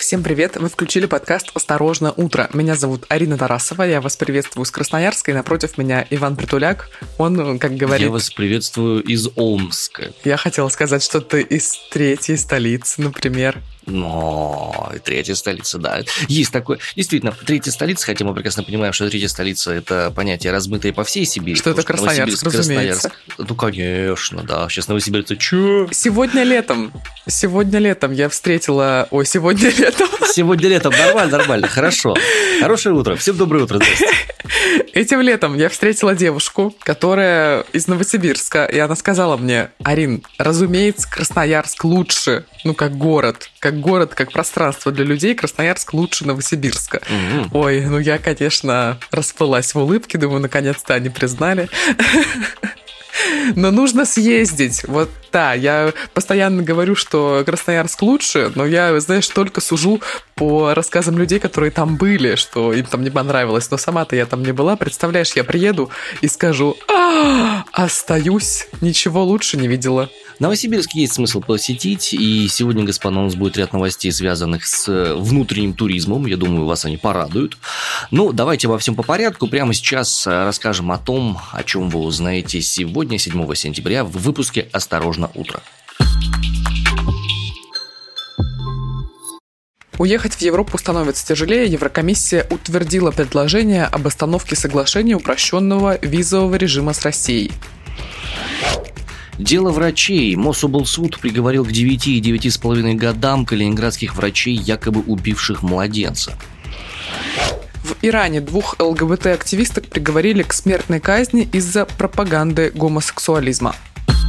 Всем привет! Вы включили подкаст «Осторожно, утро». Меня зовут Арина Тарасова, я вас приветствую с Красноярска, и напротив меня Иван Притуляк. Он, как говорит... Я вас приветствую из Омска. Я хотела сказать, что ты из третьей столицы, например. Но третья столица, да. Есть такое. Действительно, третья столица, хотя мы прекрасно понимаем, что третья столица – это понятие, размытое по всей Сибири. Что это Красноярск, разумеется. Ну, конечно, да. Сейчас новосибирцы, чё? Сегодня летом я встретила... сегодня летом. Нормально, хорошо. Хорошее утро. Всем доброе утро. Здрасте. Этим летом я встретила девушку, которая из Новосибирска, и она сказала мне: Арин, разумеется, Красноярск лучше, как город, как пространство для людей, Красноярск лучше Новосибирска. Ой, я, конечно, расплылась в улыбке, думаю, наконец-то они признали. Но нужно съездить. Я постоянно говорю, что Красноярск лучше, но я, только сужу по рассказам людей, которые там были, что им там не понравилось. Но сама-то я там не была. Представляешь, я приеду и скажу: остаюсь, ничего лучше не видела. Новосибирск есть смысл посетить, и сегодня, господа, у нас будет ряд новостей, связанных с внутренним туризмом. Я думаю, вас они порадуют. Давайте обо всем по порядку. Прямо сейчас расскажем о том, о чем вы узнаете сегодня, 7 сентября, в выпуске «Осторожно, утро». Уехать в Европу становится тяжелее. Еврокомиссия утвердила предложение об остановке соглашения упрощенного визового режима с Россией. Дело врачей. Мособлсуд приговорил к 9 и 9,5 годам калининградских врачей, якобы убивших младенца. В Иране 2 ЛГБТ-активисток приговорили к смертной казни из-за пропаганды гомосексуализма.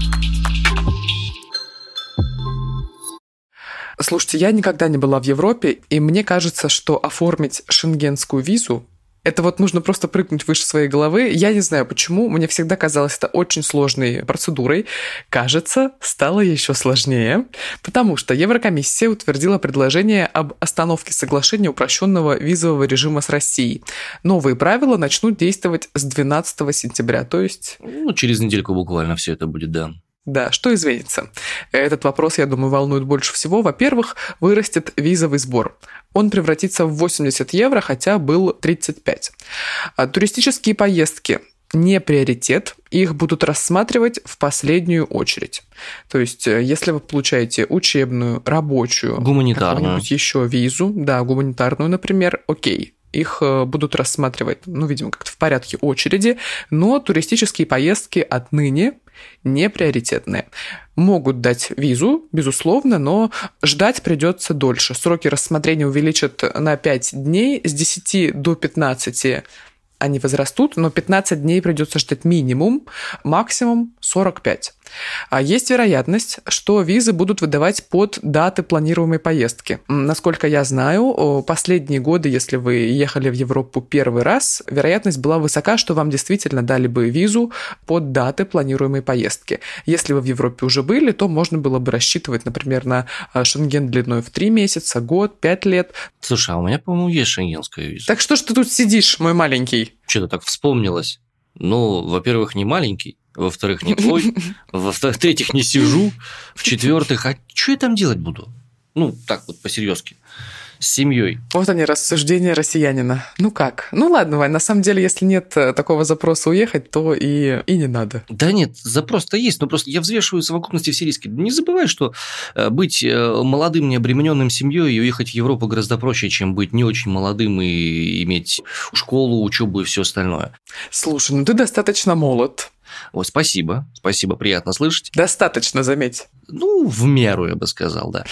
Слушайте, я никогда не была в Европе, и мне кажется, что оформить шенгенскую визу — это нужно просто прыгнуть выше своей головы. Я не знаю почему, мне всегда казалось это очень сложной процедурой. Кажется, стало еще сложнее, потому что Еврокомиссия утвердила предложение об остановке соглашения упрощенного визового режима с Россией. Новые правила начнут действовать с 12 сентября, то есть... через недельку буквально все это будет, да. Да, что изменится? Этот вопрос, я думаю, волнует больше всего. Во-первых, вырастет визовый сбор. Он превратится в 80 евро, хотя был 35. Туристические поездки не приоритет, их будут рассматривать в последнюю очередь. То есть, если вы получаете учебную, рабочую, гуманитарную, еще визу, гуманитарную, например, окей. Их будут рассматривать, видимо, как-то в порядке очереди, но туристические поездки отныне не приоритетные. Могут дать визу, безусловно, но ждать придется дольше. Сроки рассмотрения увеличат на 5 дней, с 10 до 15 они возрастут, но 15 дней придется ждать минимум, максимум 45. А есть вероятность, что визы будут выдавать под даты планируемой поездки. Насколько я знаю, последние годы, если вы ехали в Европу первый раз, вероятность была высока, что вам действительно дали бы визу под даты планируемой поездки. Если вы в Европе уже были, то можно было бы рассчитывать, например, на шенген длиной в 3 месяца, год, 5 лет. Слушай, а у меня, по-моему, есть шенгенская виза. Так что ж ты тут сидишь, мой маленький? Что-то так вспомнилось. Во-первых, не маленький, во-вторых, не твой, в-третьих, не сижу, в-четвертых, а что я там делать буду? Так по-серьезки. С семьей. Вот они, рассуждения россиянина. Как? Ладно, Вань, на самом деле, если нет такого запроса уехать, то и не надо. Да нет, запрос-то есть, но просто я взвешиваю совокупности все риски. Не забывай, что быть молодым, необремененным семьей и уехать в Европу гораздо проще, чем быть не очень молодым и иметь школу, учебу и все остальное. Слушай, ты достаточно молод. Ой, спасибо, приятно слышать. Достаточно, заметь. В меру, я бы сказал, да.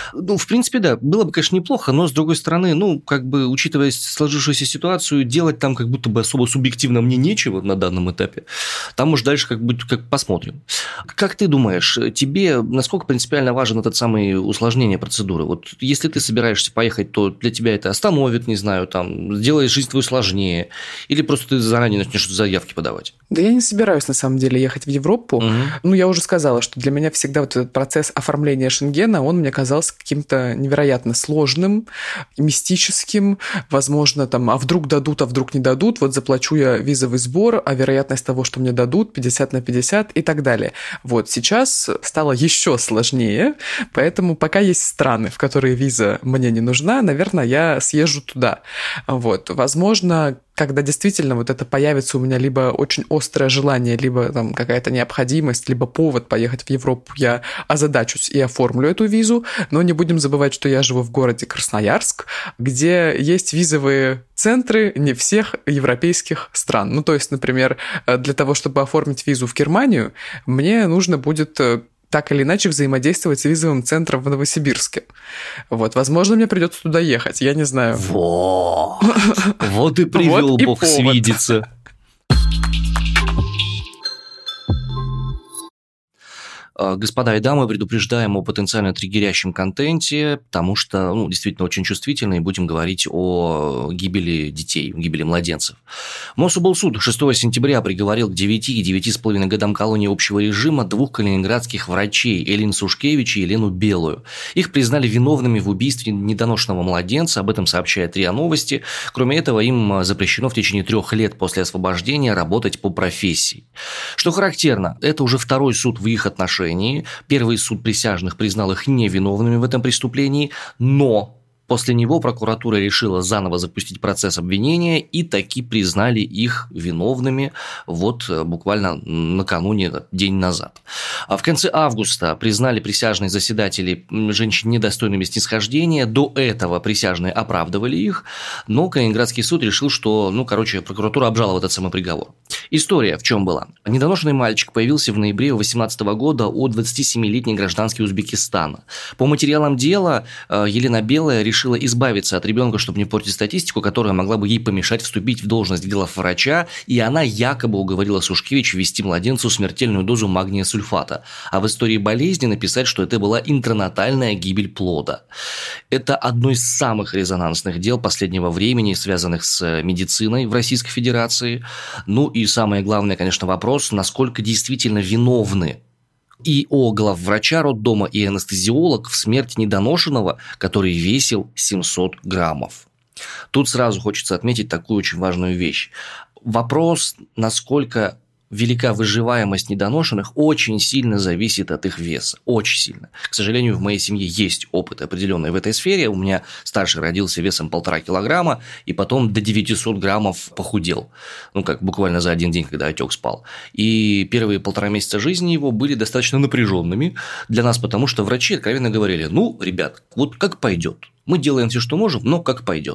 В принципе, да, было бы, конечно, неплохо, но, с другой стороны, учитывая сложившуюся ситуацию, делать там как будто бы особо субъективно мне нечего на данном этапе. Там уж дальше как посмотрим. Как ты думаешь, тебе насколько принципиально важен этот самый усложнение процедуры? Если ты собираешься поехать, то для тебя это остановит, не знаю, сделает жизнь твою сложнее, или просто ты заранее начнешь заявки подавать? Да я не собираюсь, на самом деле, ехать в Европу. Я уже сказала, что для меня всегда этот процесс оформления Шенгена, он мне казался каким-то невероятно сложным, мистическим, возможно, там, а вдруг дадут, а вдруг не дадут, вот заплачу я визовый сбор, а вероятность того, что мне дадут, 50/50 и так далее. Вот сейчас стало еще сложнее, поэтому пока есть страны, в которые виза мне не нужна, наверное, я съезжу туда. Вот. Возможно, когда действительно вот это появится у меня либо очень острое желание, либо там какая-то необходимость, либо повод поехать в Европу, я озадачусь и оформлю эту визу, но не будем забывать, что я живу в городе Красноярск, где есть визовые центры не всех европейских стран. Ну, то есть, например, для того, чтобы оформить визу в Германию, мне нужно будет так или иначе взаимодействовать с визовым центром в Новосибирске. Вот, возможно, мне придется туда ехать, я не знаю. Вот и привел Бог свидеться. Господа и дамы, предупреждаем о потенциально триггерящем контенте, потому что, действительно очень чувствительно, и будем говорить о гибели детей, гибели младенцев. Мособлсуд 6 сентября приговорил к 9 и 9,5 годам колонии общего режима 2 калининградских врачей Элину Сушкевич и Елену Белую. Их признали виновными в убийстве недоношенного младенца, об этом сообщает РИА Новости. Кроме этого, им запрещено в течение 3 лет после освобождения работать по профессии. Что характерно, это уже второй суд в их отношении. Первый суд присяжных признал их невиновными в этом преступлении, но после него прокуратура решила заново запустить процесс обвинения и таки признали их виновными вот буквально накануне, день назад. А в конце августа признали присяжные заседатели женщин недостойными снисхождения. До этого присяжные оправдывали их, но Калининградский суд решил, что, прокуратура обжаловала этот самый приговор. История в чем была? Недоношенный мальчик появился в ноябре 2018 года от 27-летней гражданки Узбекистана. По материалам дела Елена Белая решила избавиться от ребенка, чтобы не портить статистику, которая могла бы ей помешать вступить в должность главврача, и она якобы уговорила Сушкевич ввести младенцу смертельную дозу магния сульфата, а в истории болезни написать, что это была интранатальная гибель плода. Это одно из самых резонансных дел последнего времени, связанных с медициной в Российской Федерации. И самое главное, конечно, вопрос, насколько действительно виновны и главврача роддома, и анестезиолог в смерти недоношенного, который весил 700 граммов. Тут сразу хочется отметить такую очень важную вещь. Вопрос, насколько велика выживаемость недоношенных, очень сильно зависит от их веса. Очень сильно. К сожалению, в моей семье есть опыт определенный в этой сфере. У меня старший родился весом 1,5 килограмма, и потом до 900 граммов похудел. Буквально за один день, когда отек спал. И первые 1,5 месяца жизни его были достаточно напряженными для нас, потому что врачи откровенно говорили: ребят, вот как пойдет. Мы делаем все, что можем, но как пойдет.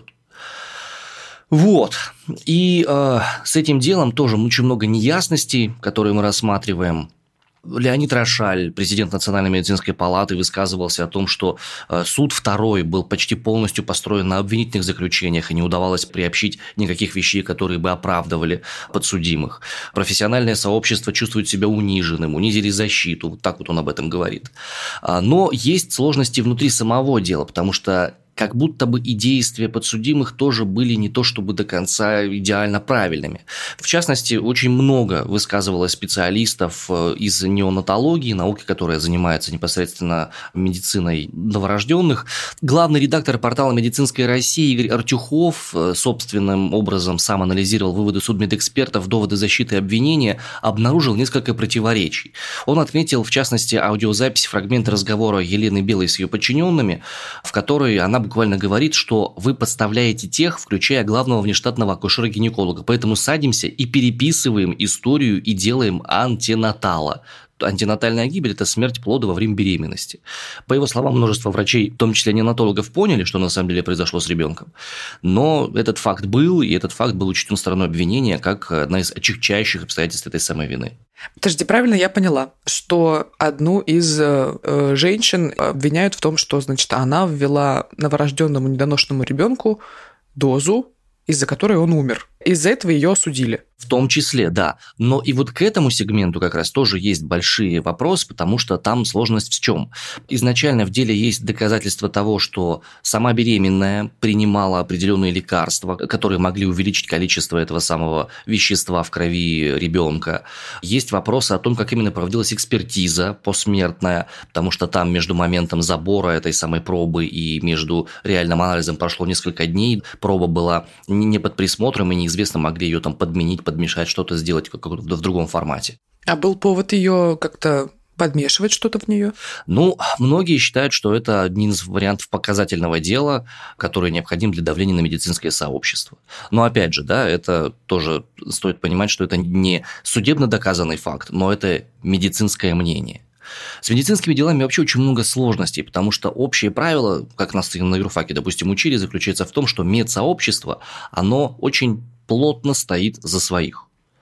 Вот. И с этим делом тоже очень много неясностей, которые мы рассматриваем. Леонид Рошаль, президент Национальной медицинской палаты, высказывался о том, что суд второй был почти полностью построен на обвинительных заключениях, и не удавалось приобщить никаких вещей, которые бы оправдывали подсудимых. Профессиональное сообщество чувствует себя униженным, унизили защиту, вот так вот он об этом говорит. Но есть сложности внутри самого дела, потому что как будто бы и действия подсудимых тоже были не то чтобы до конца идеально правильными. В частности, очень много высказывалось специалистов из неонатологии, науки, которая занимается непосредственно медициной новорожденных. Главный редактор портала «Медицинская Россия» Игорь Артюхов собственным образом сам анализировал выводы судмедэкспертов, доводы защиты и обвинения, обнаружил несколько противоречий. Он отметил, в частности, аудиозапись фрагмента разговора Елены Белой с ее подчиненными, в которой она буквально говорит, что вы подставляете тех, включая главного внештатного акушера-гинеколога, поэтому садимся и переписываем историю и делаем антенатала. Антенатальная гибель – это смерть плода во время беременности. По его словам, множество врачей, в том числе неонатологов, поняли, что на самом деле произошло с ребенком. Но этот факт был, и этот факт был учтен стороной обвинения как одна из отягчающих обстоятельств этой самой вины. Подожди, правильно я поняла, что одну из женщин обвиняют в том, что, она ввела новорожденному недоношенному ребенку дозу, из-за которой он умер. Из-за этого ее осудили. В том числе, да. Но и вот к этому сегменту как раз тоже есть большие вопросы, потому что там сложность в чем? Изначально в деле есть доказательства того, что сама беременная принимала определенные лекарства, которые могли увеличить количество этого самого вещества в крови ребенка. Есть вопросы о том, как именно проводилась экспертиза посмертная, потому что там между моментом забора этой самой пробы и между реальным анализом прошло несколько дней. Проба была не под присмотром, и неизвестно, могли ее там подменить, подмешать, что-то сделать в другом формате. А был повод ее как-то подмешивать что-то в нее? Ну, многие считают, что это один из вариантов показательного дела, который необходим для давления на медицинское сообщество. Но опять же, да, это тоже стоит понимать, что это не судебно доказанный факт, но это медицинское мнение. С медицинскими делами вообще очень много сложностей, потому что общее правило, как нас на юрфаке, допустим, учили, заключается в том, что медсообщество, оно очень плотно стоит за своих.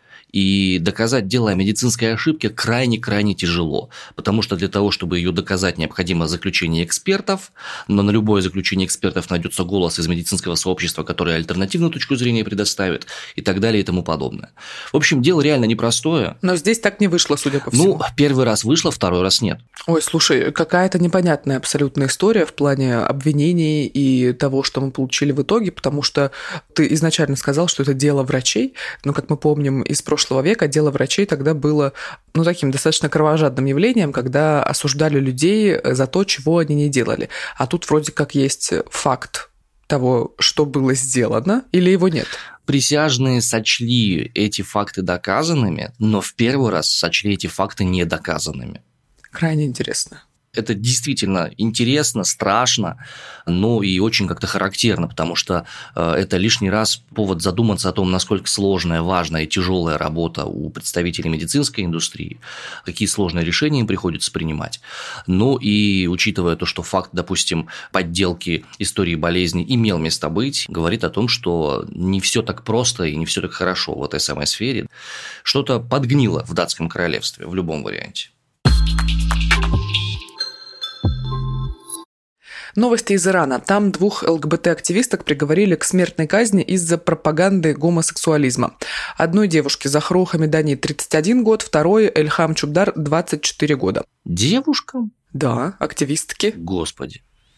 И доказать дело о медицинской ошибке крайне-крайне тяжело, потому что для того, чтобы ее доказать, необходимо заключение экспертов, но на любое заключение экспертов найдется голос из медицинского сообщества, который альтернативную точку зрения предоставит, и так далее и тому подобное. В общем, дело реально непростое. Но здесь так не вышло, судя по всему. Ну, первый раз вышло, второй раз нет. Ой, слушай, какая-то непонятная абсолютная история в плане обвинений и того, что мы получили в итоге, потому что ты изначально сказал, что это дело врачей, но, как мы помним из прошлого века, дело врачей тогда было, таким достаточно кровожадным явлением, когда осуждали людей за то, чего они не делали. А тут вроде как есть факт того, что было сделано, или его нет? Присяжные сочли эти факты доказанными, но в первый раз сочли эти факты недоказанными. Крайне интересно. Это действительно интересно, страшно, но и очень как-то характерно, потому что это лишний раз повод задуматься о том, насколько сложная, важная и тяжелая работа у представителей медицинской индустрии, какие сложные решения им приходится принимать. Ну и учитывая то, что факт, допустим, подделки истории болезни имел место быть, говорит о том, что не все так просто и не все так хорошо в этой самой сфере. Что-то подгнило в датском королевстве в любом варианте. Новости из Ирана. Там 2 ЛГБТ-активисток приговорили к смертной казни из-за пропаганды гомосексуализма. Одной девушке Захро Хамидани 31 год, второй Эльхам Чубдар 24 года. Девушкам? Да, активистки. Господи.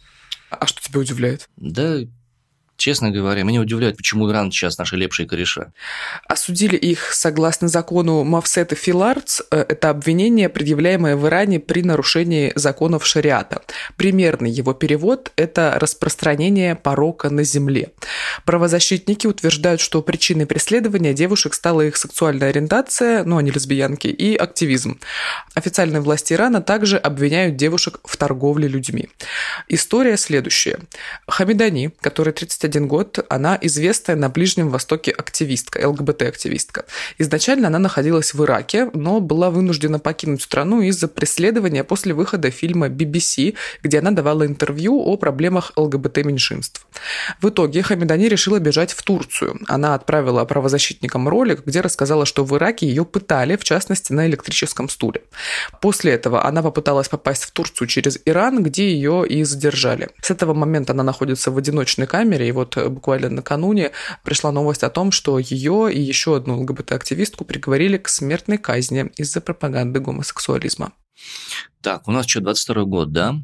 А что тебя удивляет? Да, честно говоря, меня удивляет, почему Иран сейчас наши лепшие кореша. Осудили их согласно закону Мавсет и Филардс. Это обвинение, предъявляемое в Иране при нарушении законов шариата. Примерный его перевод – это распространение порока на земле. Правозащитники утверждают, что причиной преследования девушек стала их сексуальная ориентация, они лесбиянки, и активизм. Официальные власти Ирана также обвиняют девушек в торговле людьми. История следующая. Хамидани, который 31 год, она известная на Ближнем Востоке активистка, ЛГБТ-активистка. Изначально она находилась в Ираке, но была вынуждена покинуть страну из-за преследования после выхода фильма BBC, где она давала интервью о проблемах ЛГБТ-меньшинств. В итоге Хамидани решила бежать в Турцию. Она отправила правозащитникам ролик, где рассказала, что в Ираке ее пытали, в частности, на электрическом стуле. После этого она попыталась попасть в Турцию через Иран, где ее и задержали. С этого момента она находится в одиночной камере, и вот буквально накануне пришла новость о том, что ее и еще одну ЛГБТ-активистку приговорили к смертной казни из-за пропаганды гомосексуализма. Так, у нас что, 22 год, да?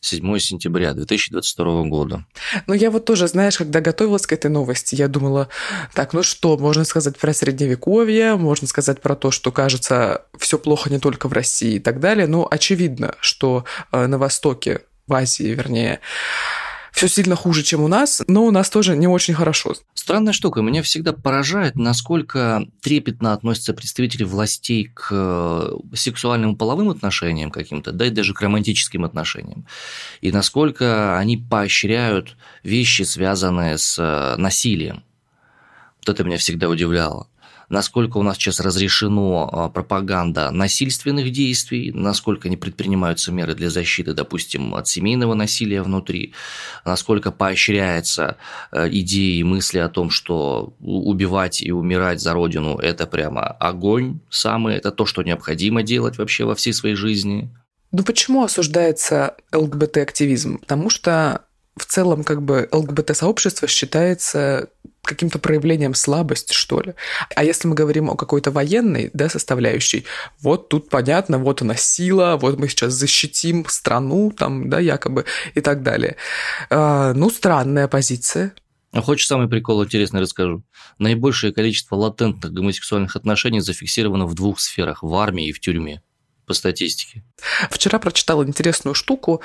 7 сентября 2022 года. Я вот тоже, знаешь, когда готовилась к этой новости, я думала, так, что можно сказать про Средневековье, можно сказать про то, что, кажется, все плохо не только в России и так далее, но очевидно, что на Востоке, в Азии, вернее, все сильно хуже, чем у нас, но у нас тоже не очень хорошо. Странная штука. Меня всегда поражает, насколько трепетно относятся представители властей к сексуальным и половым отношениям каким-то, да и даже к романтическим отношениям. И насколько они поощряют вещи, связанные с насилием. Вот это меня всегда удивляло. Насколько у нас сейчас разрешено пропаганда насильственных действий, насколько не предпринимаются меры для защиты, допустим, от семейного насилия внутри, насколько поощряется идеи и мысли о том, что убивать и умирать за родину – это прямо огонь самый, это то, что необходимо делать вообще во всей своей жизни. Почему осуждается ЛГБТ-активизм? Потому что в целом ЛГБТ-сообщество считается каким-то проявлением слабости, что ли. А если мы говорим о какой-то военной, да, составляющей, вот тут понятно, вот она сила, вот мы сейчас защитим страну, там, да, якобы, и так далее. Странная позиция. А хочешь самый прикол интересный расскажу? Наибольшее количество латентных гомосексуальных отношений зафиксировано в 2 сферах – в армии и в тюрьме, по статистике. Вчера прочитала интересную штуку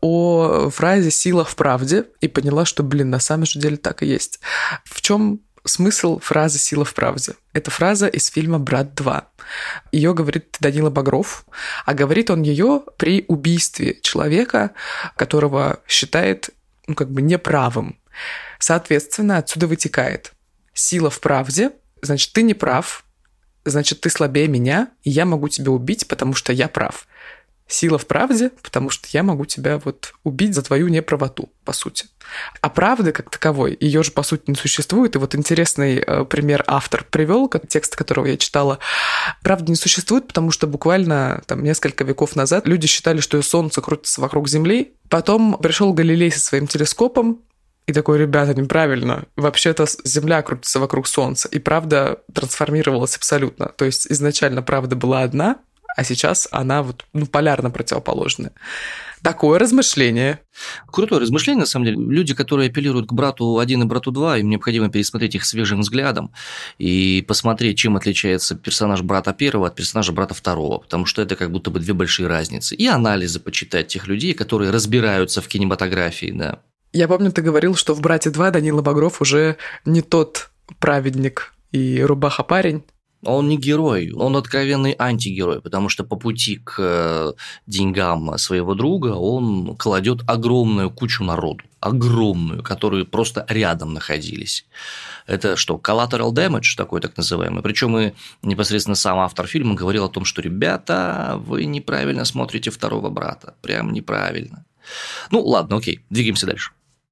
о фразе «сила в правде» и поняла, что, на самом же деле так и есть. В чем смысл фразы «сила в правде»? Это фраза из фильма «Брат 2». Ее говорит Данила Багров, а говорит он ее при убийстве человека, которого считает, неправым. Соответственно, отсюда вытекает: сила в правде, значит, ты не прав, значит, ты слабее меня, и я могу тебя убить, потому что я прав. Сила в правде, потому что я могу тебя убить за твою неправоту, по сути. А правды как таковой, ее же, по сути, не существует. И интересный пример автор привел, текст которого я читала. Правды не существует, потому что буквально несколько веков назад люди считали, что Солнце крутится вокруг Земли. Потом пришел Галилей со своим телескопом, и такой: ребята, неправильно. Вообще-то Земля крутится вокруг Солнца. И правда трансформировалась абсолютно. То есть изначально правда была одна, а сейчас она полярно противоположная. Такое размышление. Крутое размышление, на самом деле. Люди, которые апеллируют к брату 1 и брату 2, им необходимо пересмотреть их свежим взглядом и посмотреть, чем отличается персонаж брата 1 от персонажа брата 2, потому что это как будто бы 2 большие разницы. И анализы почитать тех людей, которые разбираются в кинематографии, да. Я помню, ты говорил, что в «Брате 2» Данила Багров уже не тот праведник и рубаха-парень. Он не герой, он откровенный антигерой, потому что по пути к деньгам своего друга он кладет огромную кучу народу, огромную, которые просто рядом находились. Это что, collateral damage такой так называемый? Причем и непосредственно сам автор фильма говорил о том, что ребята, вы неправильно смотрите 2 брата, прям неправильно. Ладно, окей, двигаемся дальше.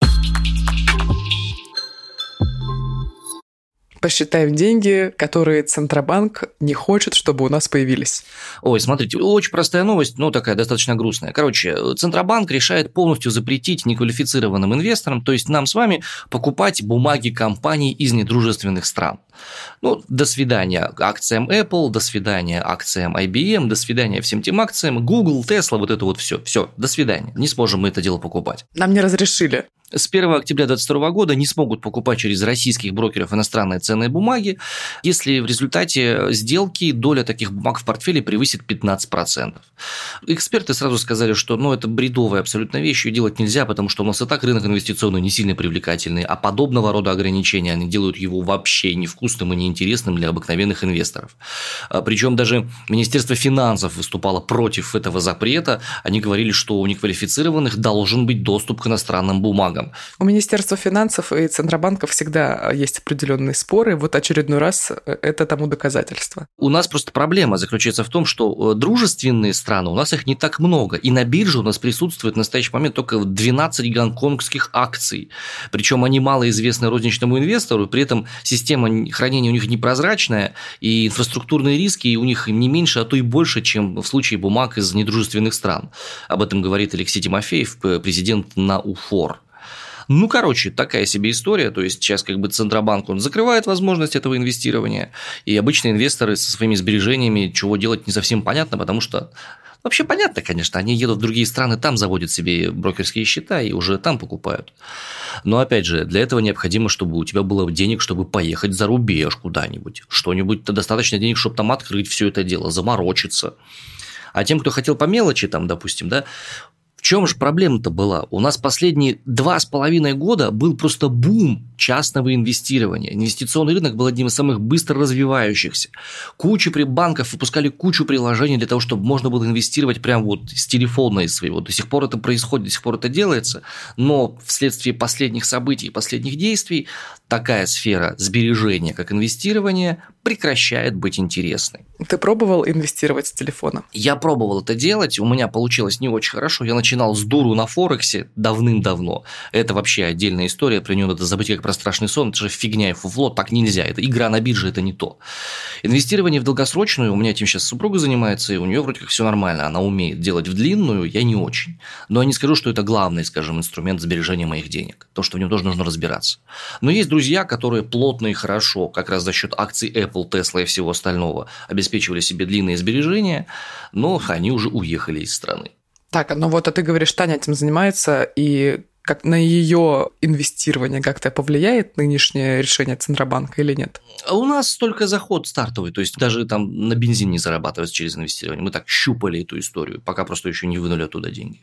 Посчитаем деньги, которые Центробанк не хочет, чтобы у нас появились. Ой, смотрите, очень простая новость, такая достаточно грустная. Короче, Центробанк решает полностью запретить неквалифицированным инвесторам, то есть нам с вами, покупать бумаги компаний из недружественных стран. До свидания акциям Apple, до свидания акциям IBM, до свидания всем тем акциям, Google, Tesla, это все, до свидания. Не сможем мы это дело покупать. Нам не разрешили. С 1 октября 2022 года не смогут покупать через российских брокеров иностранные ценные бумаги, если в результате сделки доля таких бумаг в портфеле превысит 15%. Эксперты сразу сказали, что это бредовая абсолютно вещь, ее делать нельзя, потому что у нас и так рынок инвестиционный не сильно привлекательный, а подобного рода ограничения они делают его вообще невкусным и неинтересным для обыкновенных инвесторов. Причем даже Министерство финансов выступало против этого запрета, они говорили, что у неквалифицированных должен быть доступ к иностранным бумагам. У Министерства финансов и Центробанка всегда есть определенные споры. Очередной раз это тому доказательство. У нас просто проблема заключается в том, что дружественные страны, у нас их не так много. И на бирже у нас присутствует в настоящий момент только 12 гонконгских акций. Причем они малоизвестны розничному инвестору, при этом система хранения у них непрозрачная, и инфраструктурные риски у них не меньше, а то и больше, чем в случае бумаг из недружественных стран. Об этом говорит Алексей Тимофеев, президент НАУФОР. Такая себе история, то есть сейчас Центробанк, он закрывает возможность этого инвестирования, и обычные инвесторы со своими сбережениями чего делать не совсем понятно, потому что вообще понятно, конечно, они едут в другие страны, там заводят себе брокерские счета и уже там покупают. Но опять же, для этого необходимо, чтобы у тебя было денег, чтобы поехать за рубеж куда-нибудь, что-нибудь, достаточно денег, чтобы там открыть все это дело, заморочиться. А тем, кто хотел по мелочи, допустим, в чем же проблема-то была? У нас последние 2,5 года был просто бум частного инвестирования. Инвестиционный рынок был одним из самых быстро развивающихся. Куча банков выпускали кучу приложений для того, чтобы можно было инвестировать прямо с телефона из своего. До сих пор это происходит, до сих пор это делается, но вследствие последних событий, последних действий такая сфера сбережения, как инвестирование, прекращает быть интересной. Ты пробовал инвестировать с телефона? Я пробовал это делать, у меня получилось не очень хорошо. Я начинал начинал с дуру на Форексе давным-давно. Это вообще отдельная история, про нее надо забыть как про страшный сон, это же фигня и фуфло, так нельзя, это игра на бирже, это не то. Инвестирование в долгосрочную, у меня этим сейчас супруга занимается, и у нее вроде как все нормально, она умеет делать в длинную, я не очень. Но я не скажу, что это главный, скажем, инструмент сбережения моих денег, то, что в нем тоже нужно разбираться. Но есть друзья, которые плотно и хорошо, как раз за счет акций Apple, Tesla и всего остального, обеспечивали себе длинные сбережения, но они уже уехали из страны. Так, ну вот, а ты говоришь, Таня этим занимается, и как на ее инвестирование как-то повлияет нынешнее решение Центробанка или нет? А у нас только заход стартовый, то есть даже там на бензин не зарабатывается через инвестирование. Мы так щупали эту историю, пока просто еще не вынули оттуда деньги.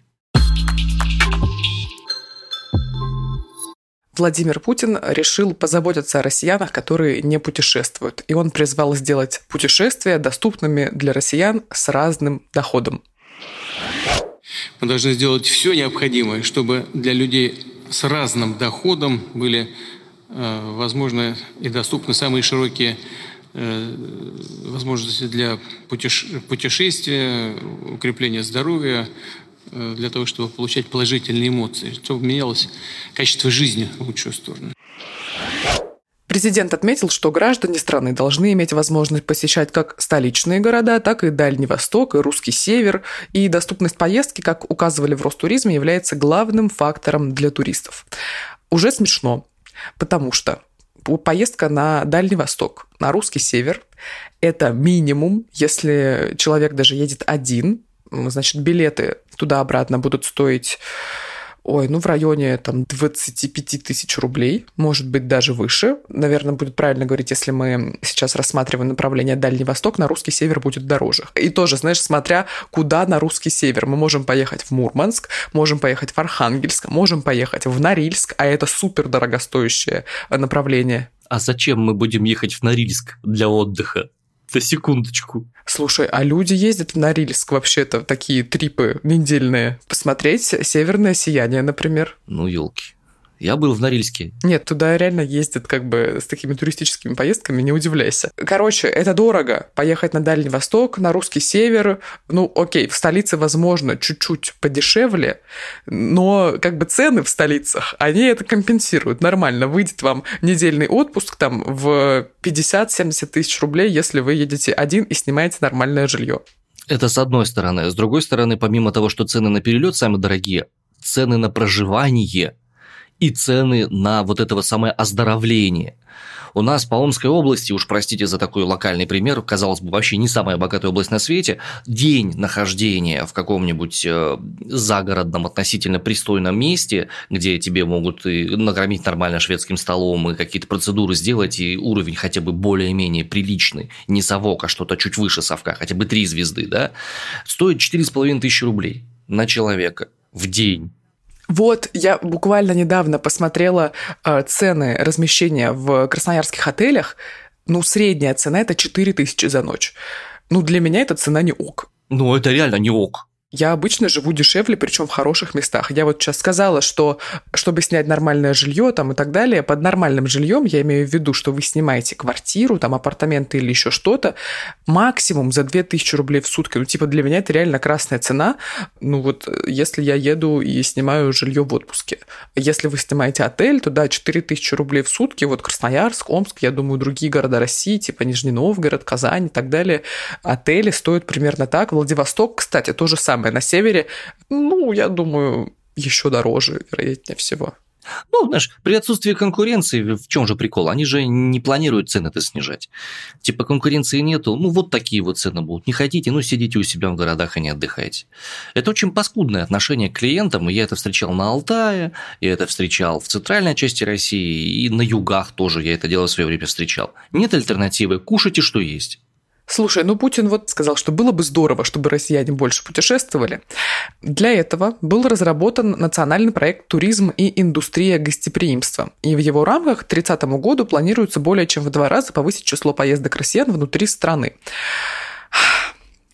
Владимир Путин решил позаботиться о россиянах, которые не путешествуют, и он призвал сделать путешествия доступными для россиян с разным доходом. Мы должны сделать все необходимое, чтобы для людей с разным доходом были возможны и доступны самые широкие возможности для путешествия, укрепления здоровья, для того, чтобы получать положительные эмоции, чтобы менялось качество жизни в лучшую сторону. Президент отметил, что граждане страны должны иметь возможность посещать как столичные города, так и Дальний Восток, и Русский Север, и доступность поездки, как указывали в Ростуризме, является главным фактором для туристов. Уже смешно, потому что поездка на Дальний Восток, на Русский Север – это минимум, если человек даже едет один, значит, билеты туда-обратно будут стоить... в районе 25 тысяч рублей, может быть, даже выше. Наверное, будет правильно говорить, если мы сейчас рассматриваем направление Дальний Восток, на Русский Север будет дороже. И тоже, знаешь, смотря куда на Русский Север. Мы можем поехать в Мурманск, можем поехать в Архангельск, можем поехать в Норильск, а это супер дорогостоящее направление. А зачем мы будем ехать в Норильск для отдыха? Да секундочку. Слушай, а люди ездят в Норильск вообще-то, такие трипы недельные, посмотреть северное сияние, например. Ну, елки. Я был в Норильске. Нет, туда реально ездят с такими туристическими поездками, не удивляйся. Короче, это дорого. Поехать на Дальний Восток, на Русский Север. Окей, в столице, возможно, чуть-чуть подешевле, но цены в столицах, они это компенсируют. Нормально, выйдет вам недельный отпуск в 50-70 тысяч рублей, если вы едете один и снимаете нормальное жилье. Это с одной стороны. С другой стороны, помимо того, что цены на перелет самые дорогие, цены на проживание и цены на это самое оздоровление. У нас по Омской области, уж простите за такой локальный пример, казалось бы, вообще не самая богатая область на свете, день нахождения в каком-нибудь загородном относительно пристойном месте, где тебе могут и накормить нормально шведским столом, и какие-то процедуры сделать, и уровень хотя бы более-менее приличный, не совок, а что-то чуть выше совка, хотя бы 3 звезды, да, стоит 4500 рублей на человека в день. Вот, я буквально недавно посмотрела цены размещения в красноярских отелях. Средняя цена – это 4000 за ночь. Для меня эта цена не ок. Это реально не ок. Я обычно живу дешевле, причем в хороших местах. Я сейчас сказала, что чтобы снять нормальное жилье и так далее, под нормальным жильем я имею в виду, что вы снимаете квартиру, апартаменты или еще что-то, максимум за 2000 рублей в сутки. Для меня это реально красная цена. Если я еду и снимаю жилье в отпуске. Если вы снимаете отель, то да, 4000 рублей в сутки. Красноярск, Омск, я думаю, другие города России, Нижний Новгород, Казань и так далее. Отели стоят примерно так. Владивосток, кстати, то же самое. На севере, я думаю, еще дороже, вероятнее всего. При отсутствии конкуренции, в чем же прикол? Они же не планируют цены-то снижать. Конкуренции нету, такие цены будут. Не хотите, сидите у себя в городах и не отдыхайте. Это очень паскудное отношение к клиентам, и я это встречал на Алтае, я это встречал в центральной части России, и на югах тоже я это дело в свое время встречал. Нет альтернативы, кушайте, что есть. Слушай, Путин сказал, что было бы здорово, чтобы россияне больше путешествовали. Для этого был разработан национальный проект «Туризм и индустрия гостеприимства». И в его рамках к 2030 году планируется более чем в 2 раза повысить число поездок россиян внутри страны.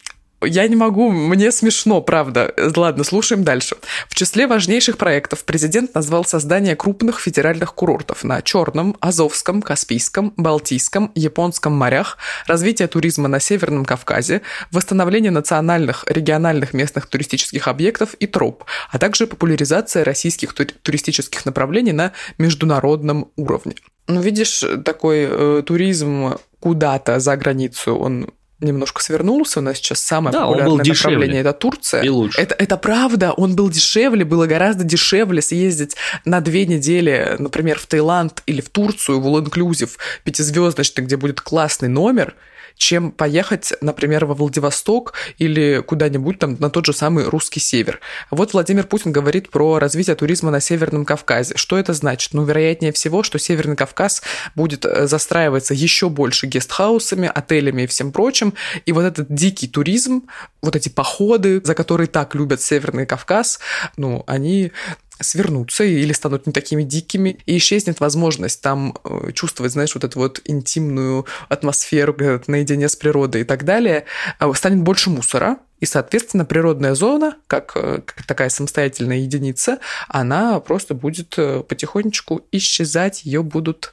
я не могу, мне смешно, правда. Ладно, слушаем дальше. В числе важнейших проектов президент назвал создание крупных федеральных курортов на Черном, Азовском, Каспийском, Балтийском, Японском морях, развитие туризма на Северном Кавказе, восстановление национальных, региональных местных туристических объектов и троп, а также популяризация российских туристических направлений на международном уровне. Ну, видишь, такой туризм куда-то за границу, он немножко свернулся. У нас сейчас самое популярное направление – это Турция. И лучше. Это правда, он был дешевле, было гораздо дешевле съездить на 2 недели, например, в Таиланд или в Турцию, в all-inclusive 5-звездочный, где будет классный номер, чем поехать, например, во Владивосток или куда-нибудь там на тот же самый русский север. Вот Владимир Путин говорит про развитие туризма на Северном Кавказе. Что это значит? Ну, вероятнее всего, что Северный Кавказ будет застраиваться еще больше гестхаусами, отелями и всем прочим. И вот этот дикий туризм, вот эти походы, за которые так любят Северный Кавказ, ну, они свернутся или станут не такими дикими, и исчезнет возможность там чувствовать, знаешь, вот эту вот интимную атмосферу наедине с природой и так далее. Станет больше мусора, и, соответственно, природная зона, как такая самостоятельная единица, она просто будет потихонечку исчезать, ее будут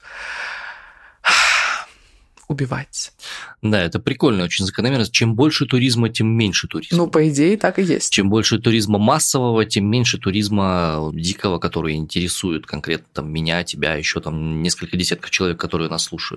убивать. Да, это прикольная очень закономерность. Чем больше туризма, тем меньше туризма. Ну, по идее, так и есть. Чем больше туризма массового, тем меньше туризма дикого, который интересует конкретно там, меня, тебя, еще там несколько десятков человек, которые нас слушают.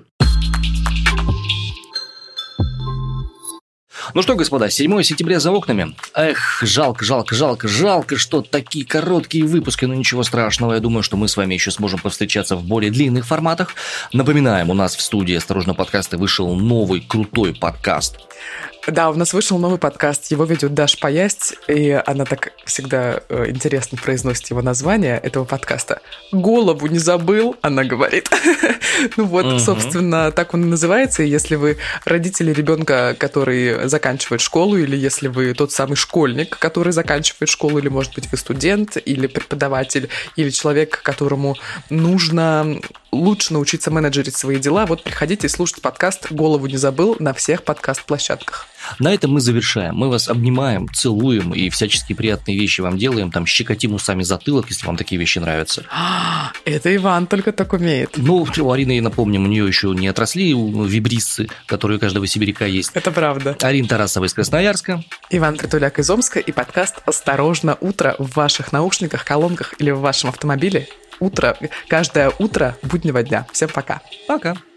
Ну что, господа, 7 сентября за окнами. Эх, жалко, что такие короткие выпуски, но ничего страшного. Я думаю, что мы с вами еще сможем повстречаться в более длинных форматах. Напоминаем, у нас в студии «Осторожно, подкасты» вышел новый крутой подкаст. Да, у нас вышел новый подкаст, его ведет Даша Паясть, и она так всегда интересно произносит его название этого подкаста. «Голову не забыл», она говорит. Ну вот, собственно, так он и называется, и если вы родители ребенка, который заканчивает школу, или если вы тот самый школьник, который заканчивает школу, или, может быть, вы студент, или преподаватель, или человек, которому нужно лучше научиться менеджерить свои дела, вот приходите и слушайте подкаст «Голову не забыл» на всех подкаст-площадках. На этом мы завершаем. Мы вас обнимаем, целуем и всяческие приятные вещи вам делаем. Там щекотим усами затылок, если вам такие вещи нравятся. Это Иван только так умеет. Ну, у Арины, я напомню, у нее еще не отросли вибриссы, которые у каждого сибиряка есть. Это правда. Арина Тарасова из Красноярска. Иван Притуляк из Омска и подкаст «Осторожно, утро» в ваших наушниках, колонках или в вашем автомобиле. Утро, каждое утро буднего дня. Всем пока. Пока.